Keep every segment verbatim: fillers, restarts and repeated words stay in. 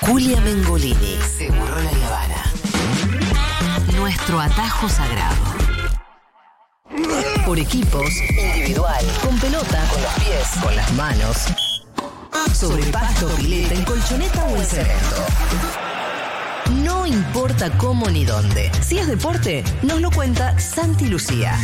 Julia Mengolini, Seguro La Habana. Nuestro atajo sagrado. Por equipos, individual, con pelota, con los pies, con las manos, sobre pasto, pileta, en colchoneta o en cemento. No importa cómo ni dónde. Si es deporte, nos lo cuenta Santi Lucía.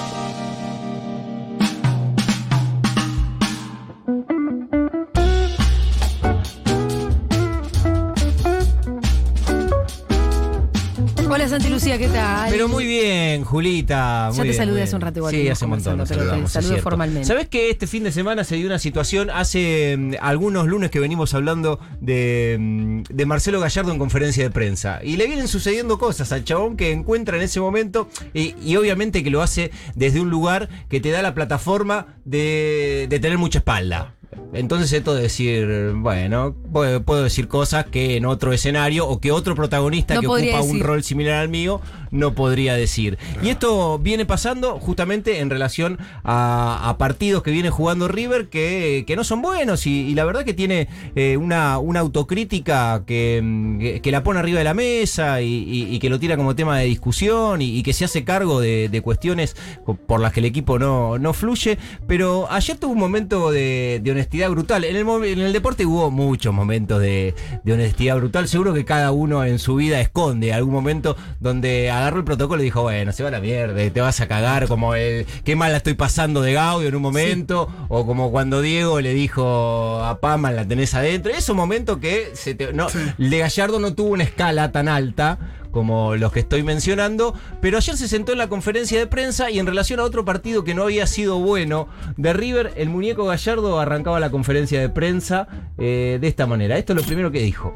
Hola Santi Lucía, ¿qué tal? Pero muy bien, Julita. Muy ya te bien, saludé muy hace un rato igual. Sí, hace un montón. Nos pero te saludo formalmente. ¿Sabés que este fin de semana se dio una situación? Hace um, algunos lunes que venimos hablando de, um, de Marcelo Gallardo en conferencia de prensa. Y le vienen sucediendo cosas al chabón que encuentra en ese momento. Y, y obviamente que lo hace desde un lugar que te da la plataforma de, de tener mucha espalda. Entonces esto de decir, bueno, puedo, puedo decir cosas que en otro escenario o que otro protagonista no que ocupa decir. un rol similar al mío no podría decir. Y esto viene pasando justamente en relación a, a partidos que viene jugando River que, que no son buenos y, y la verdad que tiene eh, una, una autocrítica que, que, que la pone arriba de la mesa y, y, y que lo tira como tema de discusión y, y que se hace cargo de, de cuestiones por las que el equipo no, no fluye. Pero ayer tuvo un momento de, de honestidad brutal. En el, en el deporte hubo muchos momentos de, de honestidad brutal. Seguro que cada uno en su vida esconde algún momento donde agarró el protocolo y dijo, bueno, se va a la mierda, te vas a cagar, como el qué mal la estoy pasando de Gaudio en un momento, sí. O como cuando Diego le dijo a Pama, la tenés adentro. Esos momentos que se te, no, sí. El de Gallardo no tuvo una escala tan alta como los que estoy mencionando, pero ayer se sentó en la conferencia de prensa y en relación a otro partido que no había sido bueno de River, el muñeco Gallardo arrancaba la conferencia de prensa eh, de esta manera. Esto es lo primero que dijo.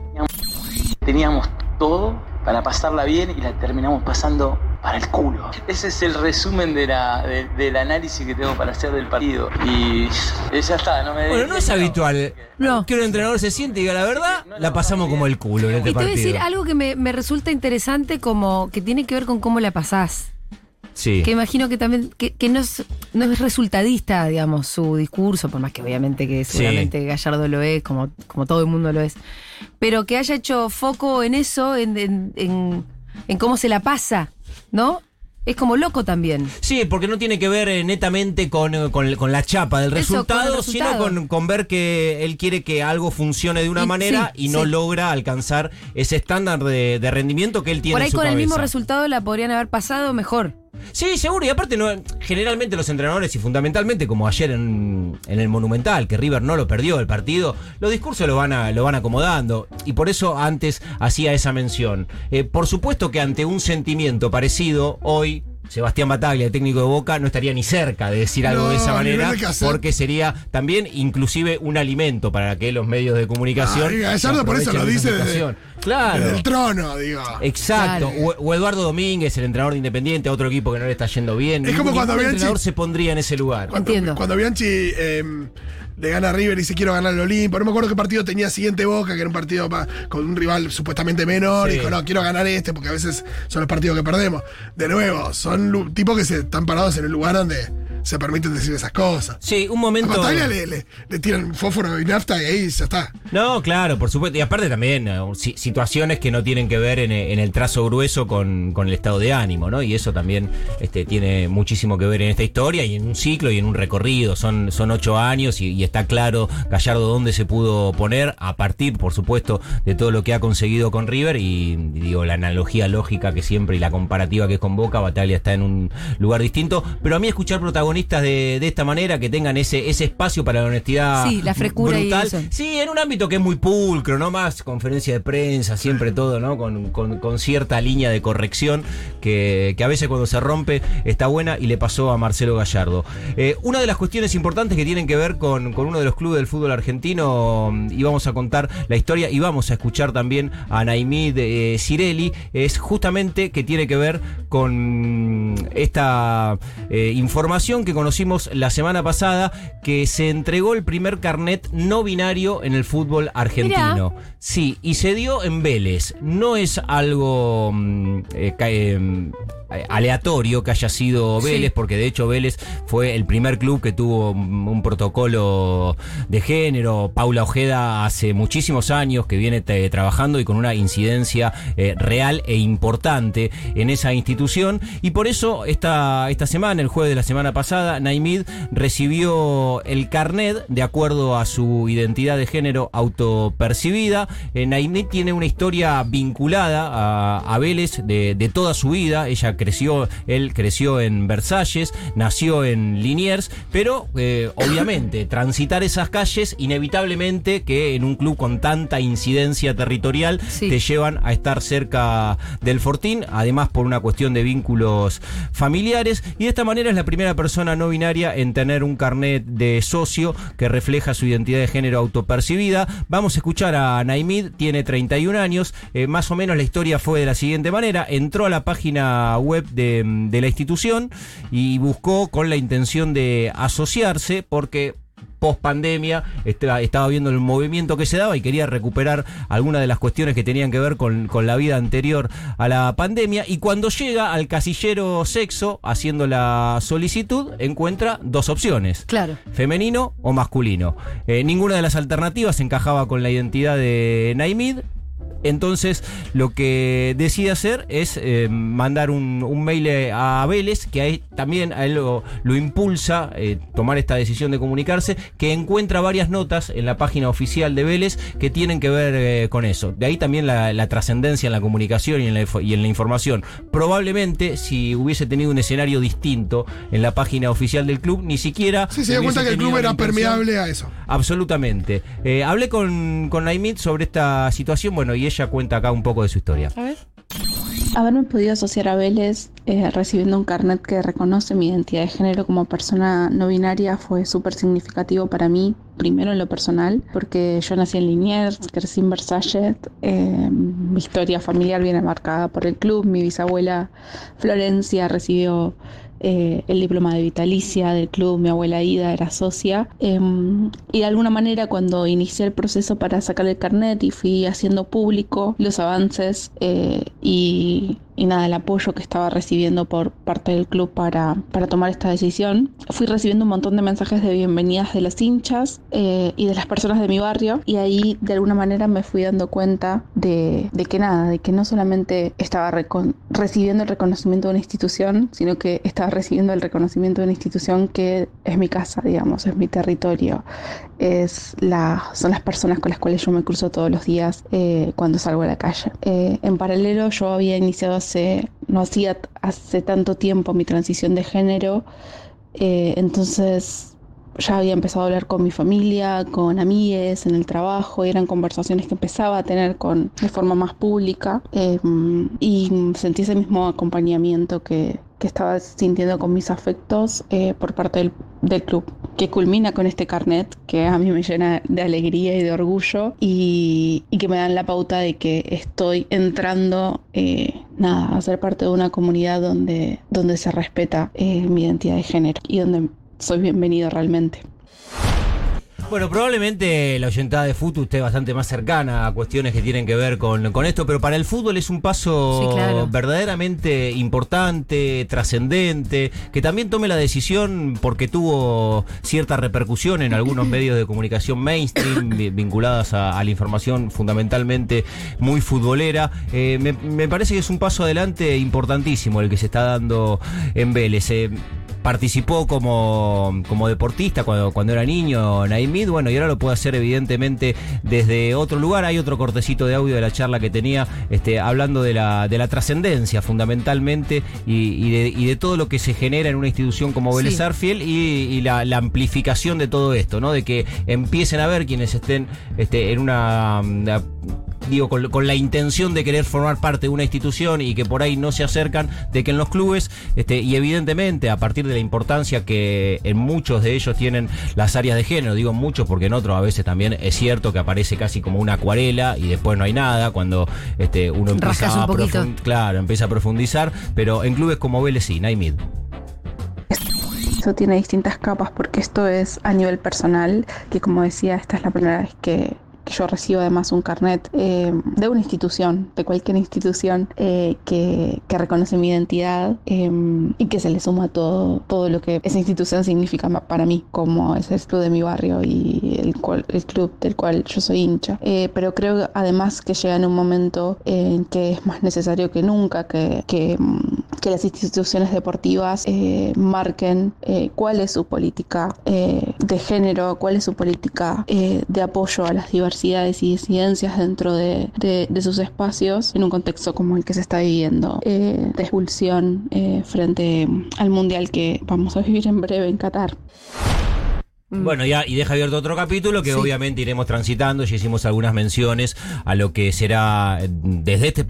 Teníamos todo para pasarla bien y la terminamos pasando para el culo. Ese es el resumen de la, de, del análisis que tengo para hacer del partido. Y ya está, no me... Bueno, no es habitual no. que un entrenador se siente y diga la verdad, no, no, la pasamos como el culo en este y partido. Y te voy a decir algo que me, me resulta interesante, como que tiene que ver con cómo la pasás. Sí. Que imagino que también, que, que no es, no es resultadista, digamos, su discurso, por más que obviamente que seguramente sí. Gallardo lo es, como, como todo el mundo lo es. Pero que haya hecho foco en eso, en, en, en, en cómo se la pasa, ¿no? Es como loco también. Sí, porque no tiene que ver eh, netamente con, con, con la chapa del Eso, resultado, con resultado, sino con, con ver que él quiere que algo funcione de una y, manera sí, y no sí. logra alcanzar ese estándar de, de rendimiento que él tiene Por ahí en su con cabeza. El mismo resultado la podrían haber pasado mejor. Sí, seguro, y aparte no, generalmente los entrenadores y fundamentalmente como ayer en, en el Monumental, que River no lo perdió el partido, los discursos lo van, a, lo van acomodando y por eso antes hacía esa mención. Eh, por supuesto que ante un sentimiento parecido, hoy Sebastián Bataglia, el técnico de Boca, no estaría ni cerca de decir algo no, de esa manera, porque sería también inclusive un alimento para que los medios de comunicación... Ah, Gallardo por eso lo dice desde, claro. desde el trono, digo. Exacto, claro. o, o Eduardo Domínguez, el entrenador de Independiente, otro equipo que no le está yendo bien. Es como cuando el Bianchi... entrenador se pondría en ese lugar. Cuando, Entiendo. Cuando Bianchi... Eh, le gana a River y dice quiero ganar el Olimpo. No me acuerdo qué partido tenía siguiente Boca, que era un partido pa, con un rival supuestamente menor. Sí. Y dijo, no, quiero ganar este porque a veces son los partidos que perdemos. De nuevo, son tipos que se están parados en el lugar donde se permiten decir esas cosas. Sí, un momento... A Bataglia le, le, le tiran fósforo y nafta y ahí ya está. No, claro, por supuesto. Y aparte también uh, situaciones que no tienen que ver en, en el trazo grueso con, con el estado de ánimo, ¿no? Y eso también este, tiene muchísimo que ver en esta historia y en un ciclo y en un recorrido. Son, son ocho años y, y está claro Gallardo dónde se pudo poner a partir, por supuesto, de todo lo que ha conseguido con River y, y digo, la analogía lógica que siempre y la comparativa que es con Boca, Bataglia está en un lugar distinto. Pero a mí escuchar protagonistas De, de esta manera, que tengan ese, ese espacio para la honestidad sí, la frescura brutal. Y eso. Sí, en un ámbito que es muy pulcro, no más conferencia de prensa, siempre todo, ¿no? Con, con, con cierta línea de corrección que, que a veces cuando se rompe está buena y le pasó a Marcelo Gallardo. Eh, una de las cuestiones importantes que tienen que ver con, con uno de los clubes del fútbol argentino, y vamos a contar la historia y vamos a escuchar también a Naimí de eh, Cirelli, es justamente que tiene que ver con esta eh, información que conocimos la semana pasada, que se entregó el primer carnet no binario en el fútbol argentino. Mirá. Sí, y se dio en Vélez. No es algo eh, eh, aleatorio que haya sido Vélez, sí. porque de hecho Vélez fue el primer club que tuvo un protocolo de género. Paula Ojeda hace muchísimos años que viene te, trabajando y con una incidencia eh, real e importante en esa institución, y por eso esta, esta semana, el jueves de la semana pasada, Naimid recibió el carnet de acuerdo a su identidad de género autopercibida. Eh, Naimid tiene una historia vinculada a, a Vélez de, de toda su vida. Ella creció, él creció en Versalles, nació en Liniers, pero eh, obviamente transitar esas calles inevitablemente que en un club con tanta incidencia territorial sí. te llevan a estar cerca del Fortín, además por una cuestión de vínculos familiares, y de esta manera es la primera persona no binaria en tener un carnet de socio que refleja su identidad de género autopercibida. Vamos a escuchar a Naimid, tiene treinta y un años, eh, más o menos la historia fue de la siguiente manera: entró a la página web de, de la institución y buscó con la intención de asociarse porque post pandemia estaba, estaba viendo el movimiento que se daba y quería recuperar algunas de las cuestiones que tenían que ver con, con la vida anterior a la pandemia, y cuando llega al casillero sexo haciendo la solicitud encuentra dos opciones, claro, femenino o masculino. Eh, ninguna de las alternativas encajaba con la identidad de Naimid. Entonces lo que decide hacer es eh, mandar un, un mail a Vélez, que ahí también a él lo, lo impulsa eh, tomar esta decisión de comunicarse, que encuentra varias notas en la página oficial de Vélez que tienen que ver eh, con eso. De ahí también la, la trascendencia en la comunicación y en la, y en la información. Probablemente si hubiese tenido un escenario distinto en la página oficial del club, ni siquiera... Sí, se dio cuenta que el club era permeable a eso. Absolutamente. Eh, hablé con, con Naimid sobre esta situación, bueno, y ella cuenta acá un poco de su historia. A ver. Haberme podido asociar a Vélez eh, recibiendo un carnet que reconoce mi identidad de género como persona no binaria fue súper significativo para mí, primero en lo personal, porque yo nací en Liniers, crecí en Versalles, eh, mi historia familiar viene marcada por el club. Mi bisabuela Florencia recibió Eh, el diploma de vitalicia del club, mi abuela Ida era socia, eh, y de alguna manera cuando inicié el proceso para sacar el carnet y fui haciendo público los avances eh, y, y nada, el apoyo que estaba recibiendo por parte del club para, para tomar esta decisión, fui recibiendo un montón de mensajes de bienvenidas de los hinchas eh, y de las personas de mi barrio, y ahí de alguna manera me fui dando cuenta de, de que nada, de que no solamente estaba recon- recibiendo el reconocimiento de una institución, sino que estaba recibiendo el reconocimiento de una institución que es mi casa, digamos, es mi territorio, es la, son las personas con las cuales yo me cruzo todos los días eh, cuando salgo a la calle. Eh, en paralelo yo había iniciado hace, no hacía hace tanto tiempo mi transición de género, eh, entonces ya había empezado a hablar con mi familia, con amigues, en el trabajo, eran conversaciones que empezaba a tener con, de forma más pública, eh, y sentí ese mismo acompañamiento que, que estaba sintiendo con mis afectos eh, por parte del, del club, que culmina con este carnet que a mí me llena de alegría y de orgullo, y, y que me dan la pauta de que estoy entrando eh, nada, a ser parte de una comunidad donde, donde se respeta eh, mi identidad de género y donde soy bienvenido realmente. Bueno, probablemente la oyentada de Futu esté bastante más cercana a cuestiones que tienen que ver con, con esto, pero para el fútbol es un paso sí, claro. verdaderamente importante, trascendente, que también tome la decisión porque tuvo cierta repercusión en algunos medios de comunicación mainstream vinculadas a, a la información fundamentalmente muy futbolera. Eh, me, me parece que es un paso adelante importantísimo el que se está dando en Vélez. Eh, Participó como, como deportista cuando, cuando era niño, Naimid, bueno, y ahora lo puede hacer evidentemente desde otro lugar. Hay otro cortecito de audio de la charla que tenía, este, hablando de la, de la trascendencia fundamentalmente y, y, de, y de todo lo que se genera en una institución como Vélez sí. Sarsfield y, y la, la amplificación de todo esto, ¿no? De que empiecen a ver quienes estén este, en una... una digo, con, con la intención de querer formar parte de una institución y que por ahí no se acercan, de que en los clubes, este, y evidentemente a partir de la importancia que en muchos de ellos tienen las áreas de género, digo muchos porque en otros a veces también es cierto que aparece casi como una acuarela y después no hay nada, cuando este, uno empieza a, profund- claro, empieza a profundizar, pero en clubes como Vélez sí, Naimid. eso tiene distintas capas, porque esto es a nivel personal, que como decía, esta es la primera vez que, que yo recibo además un carnet eh, de una institución, de cualquier institución eh, que, que reconoce mi identidad eh, y que se le suma todo, todo lo que esa institución significa para mí, como es el club de mi barrio y el, cual, el club del cual yo soy hincha. Eh, pero creo además que llega en un momento en que es más necesario que nunca que, que, que las instituciones deportivas eh, marquen eh, cuál es su política eh, de género, cuál es su política eh, de apoyo a las diversidades y disidencias dentro de, de, de sus espacios en un contexto como el que se está viviendo eh, de expulsión eh, frente al mundial que vamos a vivir en breve en Qatar. Bueno, ya, y deja abierto otro capítulo que sí, obviamente iremos transitando. Ya hicimos algunas menciones a lo que será, desde este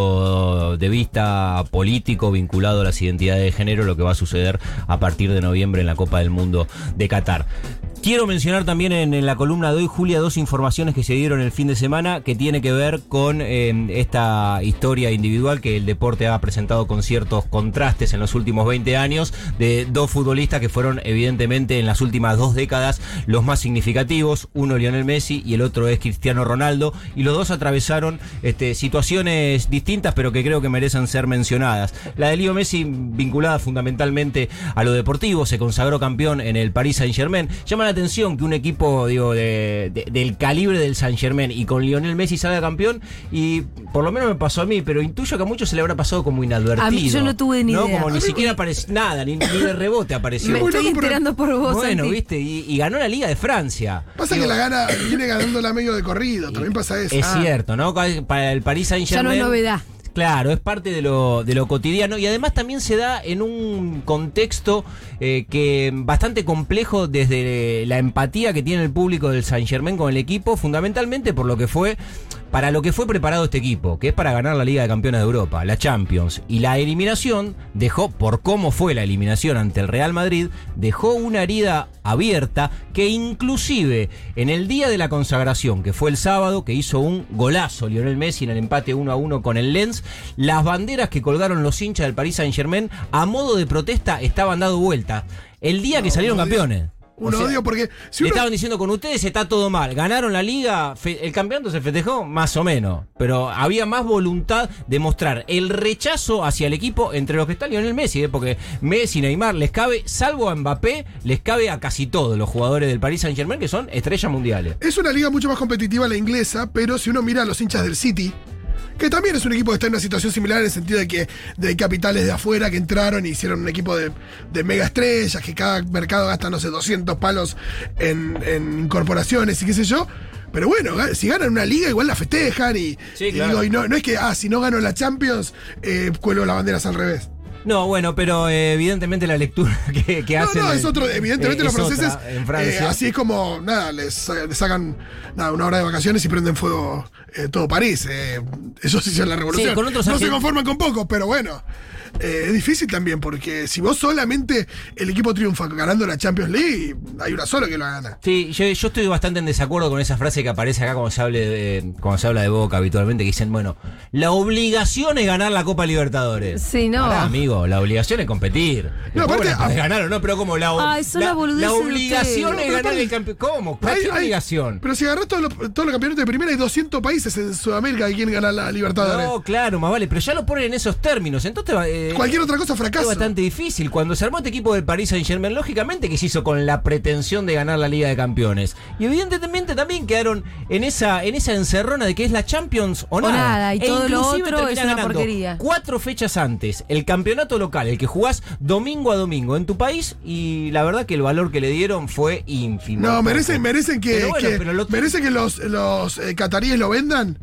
punto de vista político, vinculado a las identidades de género, lo que va a suceder a partir de noviembre en la Copa del Mundo de Qatar. Quiero mencionar también en, en la columna de hoy, Julia, dos informaciones que se dieron el fin de semana que tiene que ver con eh, esta historia individual que el deporte ha presentado con ciertos contrastes en los últimos veinte años, de dos futbolistas que fueron evidentemente en las últimas dos décadas los más significativos, uno Lionel Messi y el otro es Cristiano Ronaldo, y los dos atravesaron este, situaciones distintas pero que creo que merecen ser mencionadas. La de Leo Messi vinculada fundamentalmente a lo deportivo, se consagró campeón en el Paris Saint-Germain. Llama la atención que un equipo, digo, de, de, del calibre del Saint-Germain y con Lionel Messi salga campeón, y por lo menos me pasó a mí, pero intuyo que a muchos se le habrá pasado como inadvertido. A mí yo no tuve ni ¿no? idea. Como ni siquiera apareció nada, ni, ni de rebote apareció. Me estoy enterando por vos, Bueno, Santi. viste, y, y ganó la Liga de Francia. Pasa digo, que la gana, viene ganándola medio de corrido, también pasa eso. Es ah. cierto, ¿no? Para el Paris Saint-Germain. Ya no es novedad. Claro, es parte de lo, de lo cotidiano, y además también se da en un contexto eh, que bastante complejo desde la empatía que tiene el público del Saint-Germain con el equipo, fundamentalmente por lo que fue, para lo que fue preparado este equipo, que es para ganar la Liga de Campeones de Europa, la Champions, y la eliminación dejó, por cómo fue la eliminación ante el Real Madrid, dejó una herida abierta que inclusive en el día de la consagración, que fue el sábado, que hizo un golazo Lionel Messi en el empate uno a uno con el Lens, las banderas que colgaron los hinchas del Paris Saint-Germain a modo de protesta estaban dando vuelta el día no, que salieron no, campeones. Un o sea, odio porque si uno... le estaban diciendo con ustedes está todo mal, ganaron la liga, fe... el campeonato se festejó más o menos, pero había más voluntad de mostrar el rechazo hacia el equipo entre los que está Lionel Messi, ¿eh? Porque Messi, Neymar les cabe, salvo a Mbappé, les cabe a casi todos los jugadores del Paris Saint-Germain que son estrellas mundiales. Es una liga mucho más competitiva la inglesa, pero si uno mira a los hinchas del City, que también es un equipo que está en una situación similar en el sentido de que de capitales de afuera que entraron y hicieron un equipo de, de mega estrellas, que cada mercado gasta, no sé, doscientos palos en, en incorporaciones y qué sé yo. Pero bueno, si ganan una liga igual la festejan y, sí, y, claro. digo, y no, no es que, ah, si no gano la Champions, eh, cuelgo las banderas al revés. No, bueno, pero eh, evidentemente la lectura que, que no, hacen... No, no, es otro, evidentemente eh, los franceses, en Francia. Eh, así es como, nada, les, les sacan nada, una hora de vacaciones y prenden fuego eh, todo París. Eh, eso sí es la revolución. Sí, con otros no argent... se conforman con poco, pero bueno. Eh, es difícil también, porque si vos solamente el equipo triunfa ganando la Champions League, hay una sola que lo gana. Sí, yo, yo estoy bastante en desacuerdo con esa frase que aparece acá cuando se, hable de, cuando se habla de Boca habitualmente, que dicen, bueno, la obligación es ganar la Copa Libertadores. Sí, no. Pará, amigo, la obligación es competir. No, aparte, la podés ganar o no, pero como la, Ay, la, la obligación no, es ganar aparte, el campeonato. ¿Cómo? ¿Qué hay, obligación? Hay, pero si agarrás todos los, todos los campeonatos de primera, hay doscientos países en Sudamérica que quieren ganar la Libertadores. No, claro, más vale, pero ya lo ponen en esos términos. Entonces, eh, cualquier otra cosa fracaso. Es bastante difícil. Cuando se armó este equipo del Paris Saint-Germain, lógicamente que se hizo con la pretensión de ganar la Liga de Campeones. Y evidentemente también quedaron en esa, en esa encerrona de que es la Champions o, o nada. nada. Y e todo lo otro es una ganando porquería. Cuatro fechas antes, el campeonato local, el que jugás domingo a domingo en tu país, y la verdad que el valor que le dieron fue ínfimo. No, merecen, merecen que, bueno, que, pero lo... merecen que los, los eh, cataríes lo vendan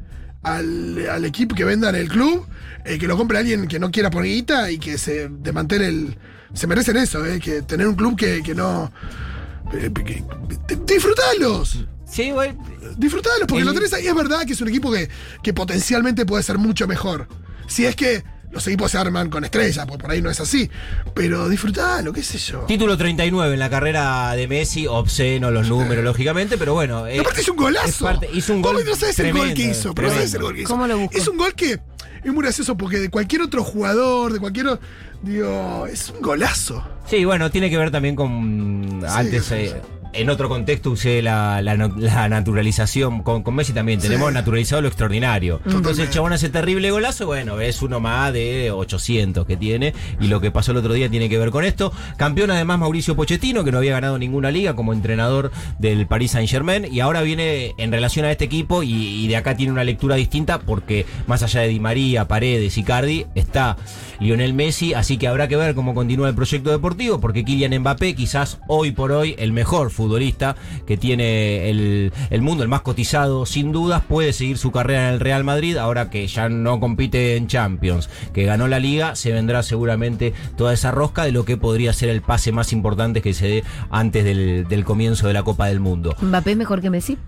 al, al equipo, que vendan el club, eh, que lo compre alguien que no quiera poner guita y que se desmantele el... Se merecen eso, eh, que tener un club que, que no... Eh, que, disfrutalos. Sí, güey. Disfrutalos, porque el... lo tenés ahí. Es verdad que es un equipo que, que potencialmente puede ser mucho mejor. Si es que los equipos se arman con estrellas, porque por ahí no es así. Pero disfrutalo, qué sé yo. Título treinta y nueve en la carrera de Messi, obsceno los números, lógicamente, pero bueno. Y aparte hizo un golazo. Parte, hizo un gol no sabes el gol que hizo, pero no sabes el gol que hizo. ¿Cómo lo busco? Es un gol que es muy gracioso porque de cualquier otro jugador, de cualquier otro, digo, es un golazo. Sí, bueno, tiene que ver también con Sí, antes... sí, eh, sí. En otro contexto usé la, la, la naturalización. Con, con Messi también tenemos Sí. naturalizado lo extraordinario. Totalmente. Entonces el chabón hace terrible golazo. Bueno, es uno más de ochocientos que tiene. Y lo que pasó el otro día tiene que ver con esto. Campeón además Mauricio Pochettino, que no había ganado ninguna liga como entrenador del Paris Saint-Germain. Y ahora viene en relación a este equipo. Y, y de acá tiene una lectura distinta. Porque más allá de Di María, Paredes, Icardi, está Lionel Messi. Así que habrá que ver cómo continúa el proyecto deportivo. Porque Kylian Mbappé, quizás hoy por hoy el mejor futbolista que tiene el, el mundo, el más cotizado sin dudas, puede seguir su carrera en el Real Madrid, ahora que ya no compite en Champions, que ganó la Liga, se vendrá seguramente toda esa rosca de lo que podría ser el pase más importante que se dé antes del, del comienzo de la Copa del Mundo. ¿Mbappé es mejor que Messi?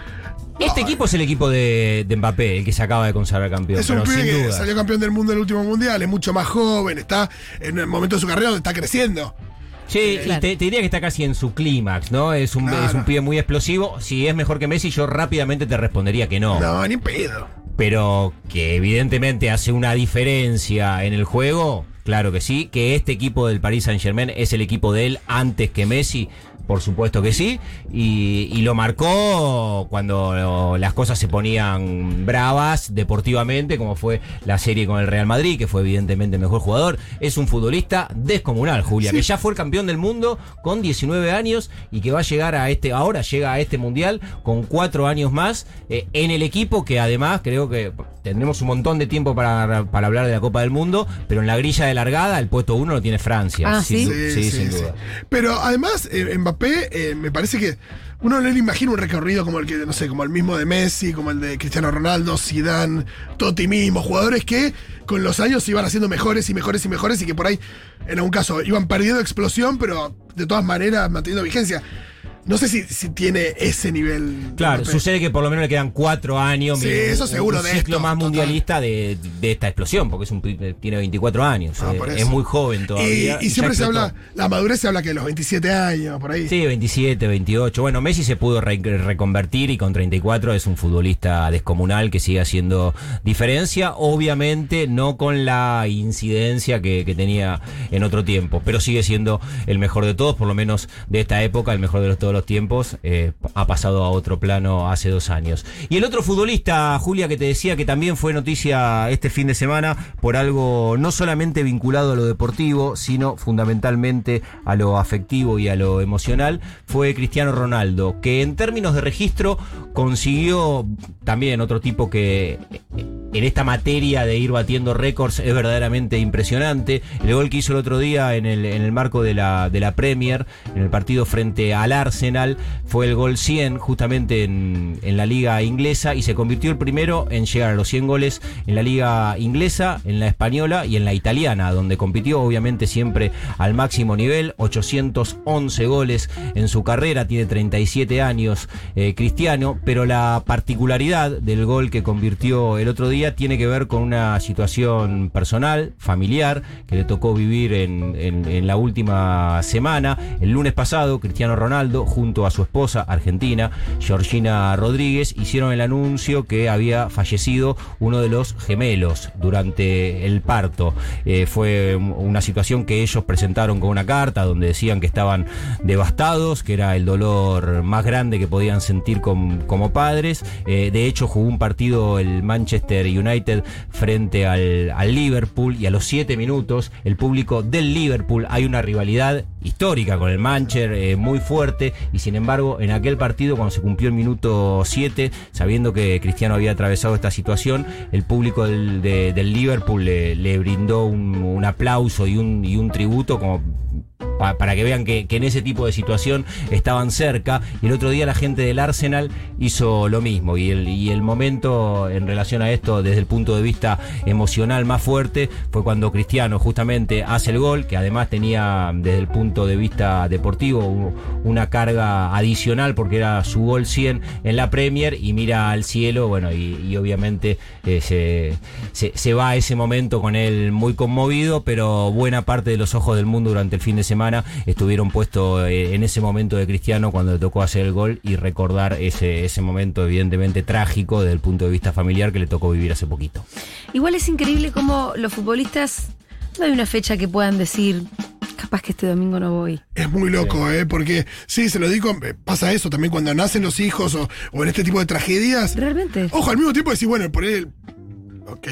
Este equipo es el equipo de, de Mbappé, el que se acaba de consagrar campeón. Es un pero pibe sin que duda. salió campeón del mundo en el último mundial, es mucho más joven, está en el momento de su carrera donde está creciendo. Sí, Claro. y te, te diría que está casi en su clímax, ¿no? Es un, Claro. es un pibe muy explosivo. Si es mejor que Messi, yo rápidamente te respondería que no. No, ni pedo. Pero que evidentemente hace una diferencia en el juego, claro que sí. Que este equipo del Paris Saint-Germain es el equipo de él antes que Messi, por supuesto que sí. Y, y lo marcó cuando las cosas se ponían bravas deportivamente, como fue la serie con el Real Madrid, que fue evidentemente el mejor jugador. Es un futbolista descomunal, Julia, Sí. que ya fue el campeón del mundo con diecinueve años y que va a llegar a este, ahora llega a este mundial con cuatro años más eh, en el equipo, que además creo que tendremos un montón de tiempo para, para hablar de la Copa del Mundo, pero en la grilla de largada el puesto uno lo tiene Francia. Ah, sin ¿sí? du- sí, sin duda. Pero además, eh, Mbappé, eh, me parece que uno no le imagina un recorrido como el que, no sé, como el mismo de Messi, como el de Cristiano Ronaldo, Zidane, Totti mismo, jugadores que con los años se iban haciendo mejores y mejores y mejores y que por ahí, en algún caso, iban perdiendo explosión, pero de todas maneras manteniendo vigencia. No sé si, si tiene ese nivel. Claro, Mbappé. sucede que por lo menos le quedan cuatro años. Sí, un- eso seguro un de ciclo esto, más total. mundialista de, de esta explosión, porque es un, pi- tiene veinticuatro años. Ah, eh, por es eso. muy joven Y, todavía. y ya siempre se explotó. habla, la madurez se habla que de los veintisiete años, por ahí. Sí, veintisiete, veintiocho. Bueno, Messi se pudo re- reconvertir y con treinta y cuatro es un futbolista descomunal que sigue haciendo diferencia. Obviamente no con la incidencia que, que tenía en otro tiempo, pero sigue siendo el mejor de todos, por lo menos de esta época, el mejor de los, todos los tiempos. Eh, ha pasado a otro plano hace dos años. Y el otro futbolista, Julia, que te decía que también fue noticia este fin de semana por algo no solamente vinculado a lo deportivo, sino fundamentalmente a lo afectivo y a lo emocional, fue Cristiano Ronaldo, que en términos de registro consiguió también otro tipo que en esta materia de ir batiendo récords es verdaderamente impresionante. El gol que hizo el otro día en el, en el marco de la, de la Premier, en el partido frente al Arsenal, fue el gol cien justamente en, en la liga inglesa, y se convirtió el primero en llegar a los cien goles en la liga inglesa, en la española y en la italiana, donde compitió obviamente siempre al máximo nivel. Ochocientos once goles en su carrera, tiene treinta y siete años eh, Cristiano, pero la particularidad del gol que convirtió el otro día tiene que ver con una situación personal, familiar, que le tocó vivir en, en, en la última semana. El lunes pasado, Cristiano Ronaldo, junto a su esposa argentina, Georgina Rodríguez, hicieron el anuncio que había fallecido uno de los gemelos durante el parto. Eh, fue una situación que ellos presentaron con una carta donde decían que estaban devastados, que era el dolor más grande que podían sentir com, como padres. Eh, de hecho, jugó un partido el Manchester United frente al, al Liverpool, y a los siete minutos el público del Liverpool, hay una rivalidad histórica con el Manchester eh, muy fuerte, y sin embargo en aquel partido, cuando se cumplió el minuto siete, sabiendo que Cristiano había atravesado esta situación, el público del, de, del Liverpool le, le brindó un, un aplauso y un, y un tributo como pa, para que vean que, que en ese tipo de situación estaban cerca. Y el otro día la gente del Arsenal hizo lo mismo, y el, y el momento en relación a esto desde el punto de vista emocional más fuerte fue cuando Cristiano justamente hace el gol, que además tenía desde el punto de vista deportivo una carga adicional porque era su gol cien en la Premier, y mira al cielo, bueno, y, y obviamente eh, se, se, se va a ese momento con él muy conmovido, pero buena parte de los ojos del mundo durante el fin de semana semana estuvieron puestos eh, en ese momento de Cristiano cuando le tocó hacer el gol y recordar ese, ese momento evidentemente trágico desde el punto de vista familiar que le tocó vivir hace poquito. Igual es increíble cómo los futbolistas, no hay una fecha que puedan decir, capaz que este domingo no voy. Es muy loco, sí. ¿eh? Porque, sí, se lo digo, pasa eso también cuando nacen los hijos o, o en este tipo de tragedias. Realmente. Ojo, al mismo tiempo decís, bueno, por él. Ok,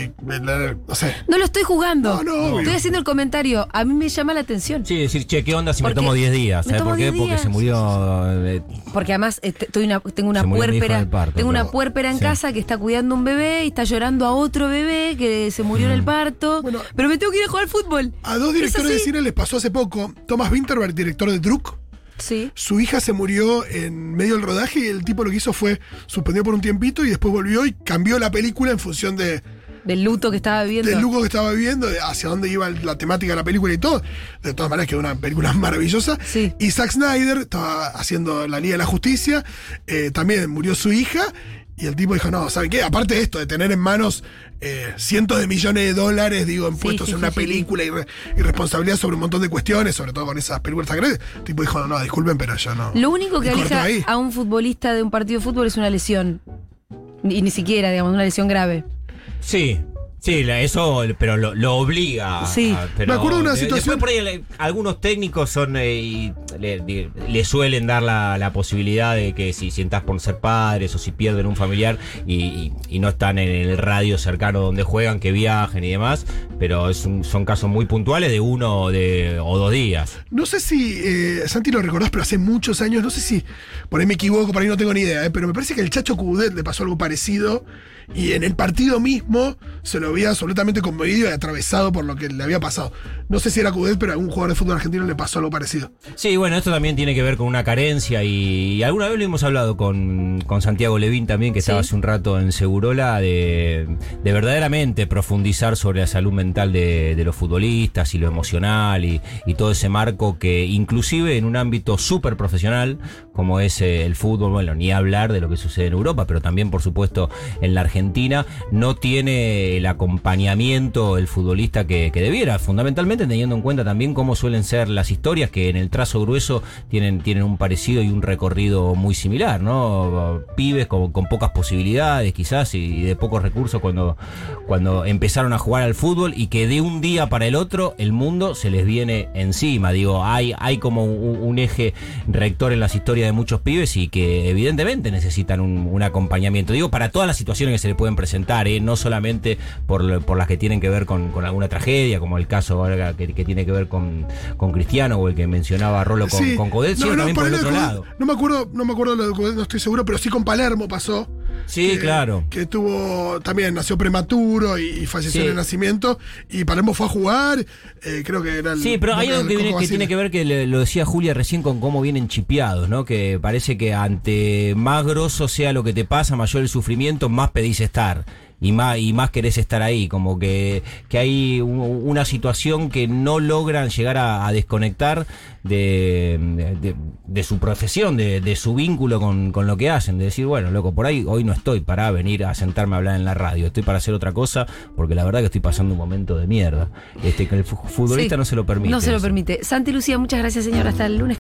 no sé. No lo estoy jugando. No, no, estoy haciendo el comentario. A mí me llama la atención. Sí, decir, che, ¿qué onda si me tomo diez días? ¿Sabes por qué? Porque se murió. Eh, Porque además estoy una, tengo una puérpera. Parto, tengo una puérpera en sí. casa que está cuidando un bebé y está llorando a otro bebé que se murió mm. en el parto. Bueno, pero me tengo que ir a jugar al fútbol. A dos directores de cine les pasó hace poco. Thomas Winterberg, director de Druk. Sí. Su hija se murió en medio del rodaje y el tipo lo que hizo fue suspendió por un tiempito y después volvió y cambió la película en función de. Del luto que estaba viviendo. Del luto que estaba viviendo, de hacia dónde iba la temática de la película y todo. De todas maneras, quedó una película maravillosa. Sí. Y Zack Snyder estaba haciendo la Liga de la Justicia. Eh, también murió su hija. Y el tipo dijo, no, ¿saben qué? Aparte de esto, de tener en manos eh, cientos de millones de dólares, digo, impuestos sí, sí, en una sí, película sí. Y, re, y responsabilidad sobre un montón de cuestiones, sobre todo con esas películas tan grandes, el tipo dijo, no, no, disculpen, pero yo no. Lo único que aleja a un futbolista de un partido de fútbol es una lesión. Y ni siquiera, digamos, una lesión grave. Sí. Sí, eso, pero lo, lo obliga. Sí. A, pero me acuerdo de una situación. Después por ahí algunos técnicos son eh, y le, le suelen dar la, la posibilidad de que si sientas por ser padres o si pierden un familiar y, y, y no están en el radio cercano donde juegan, que viajen y demás, pero es un, son casos muy puntuales de uno de, o dos días. No sé si, eh, Santi lo recordás, pero hace muchos años, no sé si, por ahí me equivoco, por ahí no tengo ni idea, eh, pero me parece que el Chacho Coudet le pasó algo parecido y en el partido mismo se lo había absolutamente conmovido y atravesado por lo que le había pasado. No sé si era Coudet, pero a algún jugador de fútbol argentino le pasó algo parecido. Sí, bueno, esto también tiene que ver con una carencia y, y alguna vez lo hemos hablado con, con Santiago Levín también, que sí. estaba hace un rato en Segurola, de, de verdaderamente profundizar sobre la salud mental de, de los futbolistas y lo emocional y, y todo ese marco que inclusive en un ámbito súper profesional como es el fútbol, bueno, ni hablar de lo que sucede en Europa, pero también por supuesto en la Argentina, no tiene el acompañamiento el futbolista que, que debiera, fundamentalmente teniendo en cuenta también cómo suelen ser las historias que en el trazo grueso tienen, tienen un parecido y un recorrido muy similar, ¿no? Pibes con, con pocas posibilidades quizás y de pocos recursos cuando, cuando empezaron a jugar al fútbol y que de un día para el otro el mundo se les viene encima. Digo, hay, hay como un, un eje rector en las historias de muchos pibes y que evidentemente necesitan un, un acompañamiento. Digo, para todas las situaciones que se le pueden presentar, ¿eh? No solamente por, por las que tienen que ver con, con alguna tragedia, como el caso que, que tiene que ver con, con Cristiano o el que mencionaba Rolo con, sí. con Coudet, sino no, no, también por el otro Coudet, lado. No me acuerdo, no me acuerdo lo de Coudet, no estoy seguro, pero sí con Palermo pasó. Sí, que, claro. Que tuvo, también nació prematuro y, y falleció sí. en el nacimiento. Y Palermo fue a jugar, eh, creo que era el. Sí, pero hay algo que, viene, que tiene que ver, que le, lo decía Julia recién, con cómo vienen chipeados, ¿no? Que parece que ante más grosso sea lo que te pasa, mayor el sufrimiento, más pedís estar. Y más, y más querés estar ahí, como que, que hay un, una situación que no logran llegar a, a desconectar de, de, de su profesión, de, de su vínculo con, con lo que hacen, de decir, bueno, loco, por ahí hoy no estoy para venir a sentarme a hablar en la radio, estoy para hacer otra cosa, porque la verdad que estoy pasando un momento de mierda. Este, que el futbolista sí, no se lo permite. No se lo permite. Santi Lucía, muchas gracias, señor. Hasta el lunes.